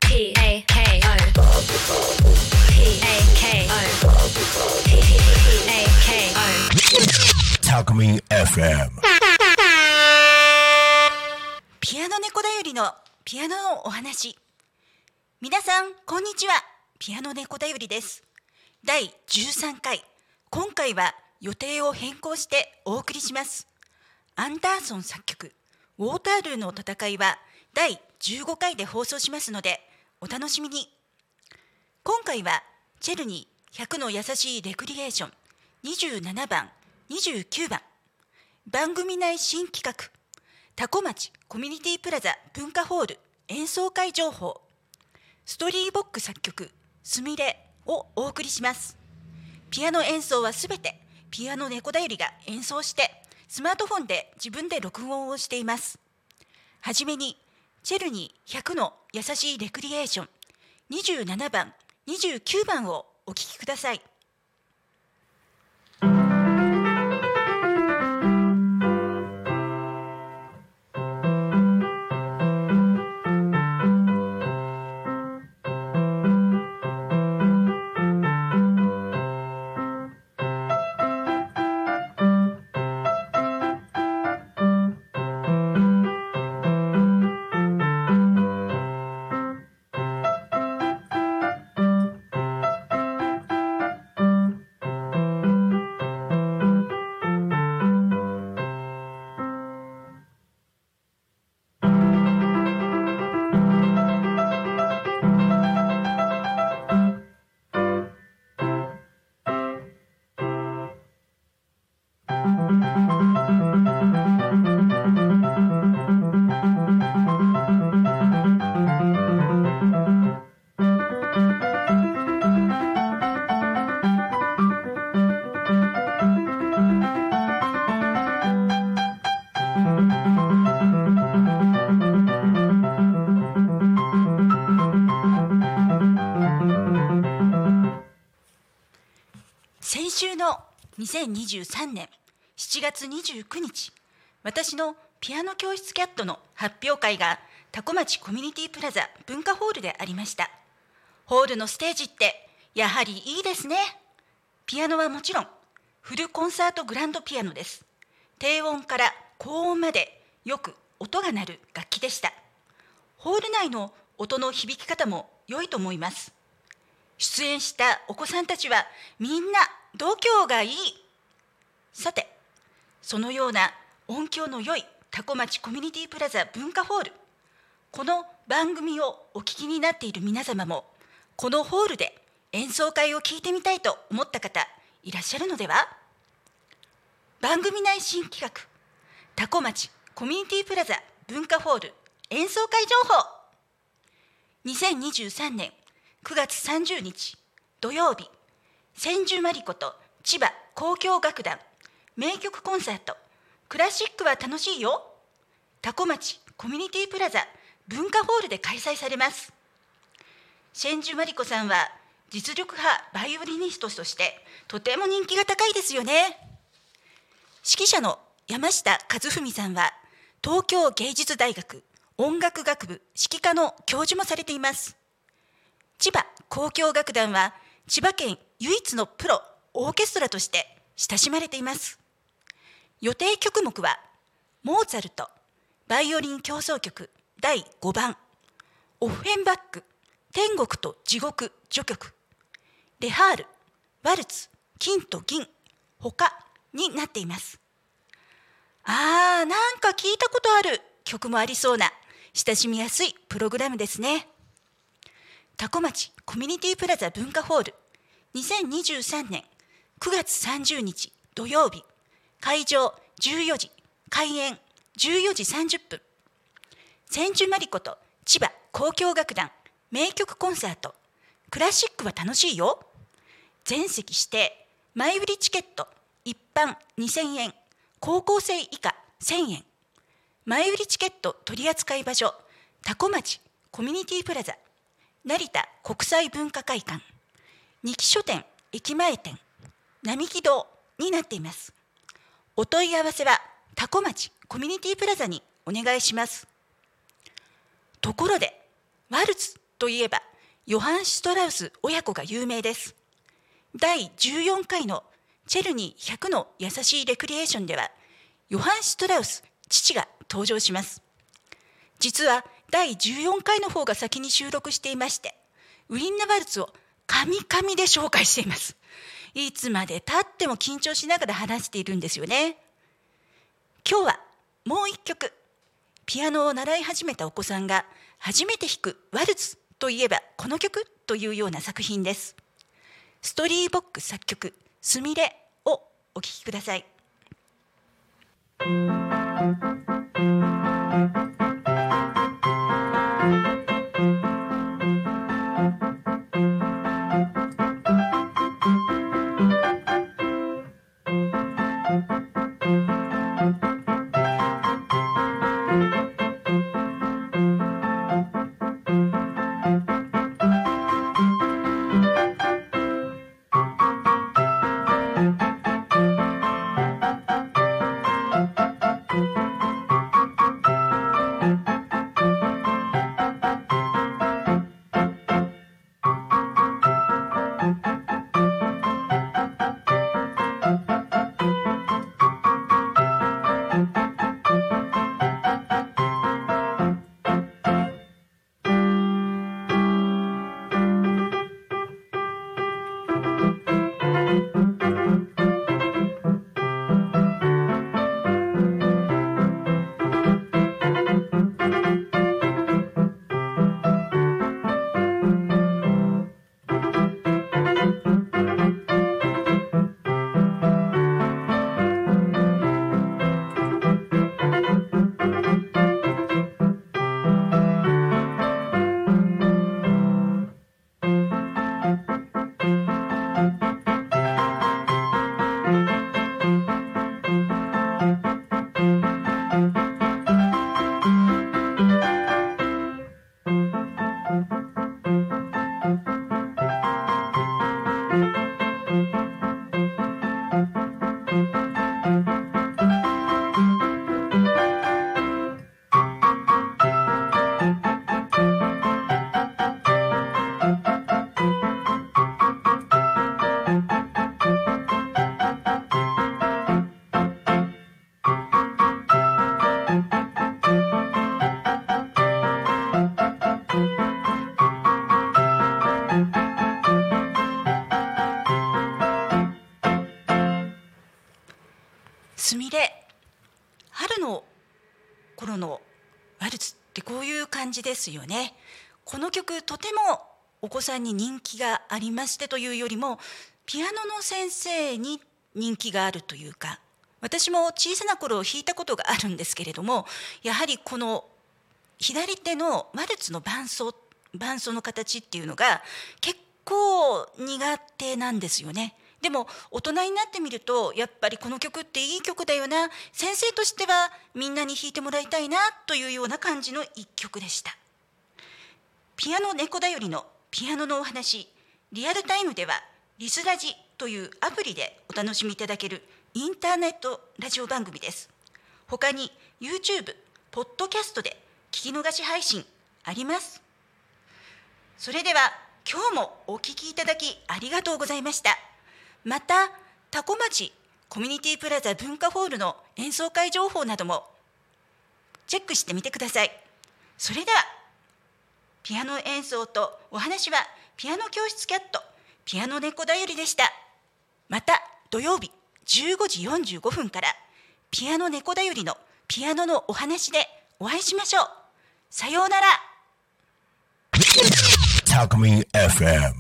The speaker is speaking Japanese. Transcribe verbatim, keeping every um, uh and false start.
P A K O P A K O P A K O タコミン エフエムピアノ猫だよりのピアノのお話。皆さんこんにちは。ピアノ猫だよりです。だいじゅうさんかい、今回は予定を変更してお送りします。アンダーソン作曲ウォータールーの戦いはだいじゅうごかいで放送しますのでお楽しみに。今回はチェルニーひゃくの優しいレクリエーションにじゅうななばんにじゅうきゅうばん、番組内新企画タコ町コミュニティプラザ文化ホール演奏会情報、ストリーボック作曲すみれをお送りします。ピアノ演奏はすべてピアノ猫だよりが演奏してスマートフォンで自分で録音をしています。はじめにチェルニーひゃくの優しいレクリエーションにじゅうななばんにじゅうきゅうばんをお聴きください。先週のにせんにじゅうさんねんしちがつにじゅうくにち、私のピアノ教室キャットの発表会がタコ町コミュニティプラザ文化ホールでありました。ホールのステージってやはりいいですね。ピアノはもちろんフルコンサートグランドピアノです。低音から高音までよく音が鳴る楽器でした。ホール内の音の響き方も良いと思います。出演したお子さんたちはみんな度胸がいい。さて、そのような音響の良いタコ町コミュニティプラザ文化ホール、この番組をお聞きになっている皆様もこのホールで演奏会を聞いてみたいと思った方いらっしゃるのでは。番組内新企画タコ町コミュニティプラザ文化ホール演奏会情報。にせんにじゅうさんねんくがつさんじゅうにち土曜日、千住真理子と千葉交響楽団名曲コンサートクラシックは楽しいよ、タコ町コミュニティプラザ文化ホールで開催されます。千住真理子さんは実力派バイオリニストとしてとても人気が高いですよね。指揮者の山下和文さんは東京芸術大学音楽学部指揮科の教授もされています。千葉交響楽団は千葉県唯一のプロオーケストラとして親しまれています。予定曲目はモーツァルトバイオリン協奏曲だいごばん、オフェンバック天国と地獄序曲、レハールワルツ金と銀他になっています。あー、なんか聞いたことある曲もありそうな親しみやすいプログラムですね。タコ町コミュニティプラザ文化ホールにせんにじゅうさんねんくがつさんじゅうにち土曜日、会場じゅうよじ、開演じゅうよじさんじゅっぷん、千住真理子と千葉交響楽団名曲コンサートクラシックは楽しいよ。全席指定、前売りチケット一般にせんえん、高校生以下せんえん。前売りチケット取扱い場所タコ町コミュニティプラザ成田国際文化会館二木書店駅前店並木堂になっています。お問い合わせはタコ町コミュニティプラザにお願いします。ところでワルツといえばヨハン・シュトラウス親子が有名です。だいじゅうよんかいのチェルニーひゃくの優しいレクリエーションではヨハン・シュトラウス父が登場します。実はだいじゅうよんかいの方が先に収録していまして、ウィンナ・ワルツを神々で紹介しています。いつまで経っても緊張しながら話しているんですよね。今日はもう一曲、ピアノを習い始めたお子さんが初めて弾くワルツといえばこの曲というような作品です。ストリーボック作曲すみれをお聴きください。すみれ、春の頃のワルツってこういう感じですよね。この曲とてもお子さんに人気がありましてというよりもピアノの先生に人気があるというか、私も小さな頃弾いたことがあるんですけれども、やはりこの左手のワルツの伴奏伴奏の形っていうのが結構苦手なんですよね。でも大人になってみるとやっぱりこの曲っていい曲だよな、先生としてはみんなに弾いてもらいたいなというような感じの一曲でした。ピアノ猫だよりのピアノのお話、リアルタイムではリスラジというアプリでお楽しみいただけるインターネットラジオ番組です。他に YouTube、ポッドキャストで聞き逃し配信あります。それでは今日もお聞きいただきありがとうございました。また多古町コミュニティプラザ文化ホールの演奏会情報などもチェックしてみてください。それではピアノ演奏とお話はピアノ教室キャットピアノ猫だよりでした。また土曜日じゅうごじよんじゅうごふんからピアノ猫だよりのピアノのお話でお会いしましょう。さようなら。タコミ エフエム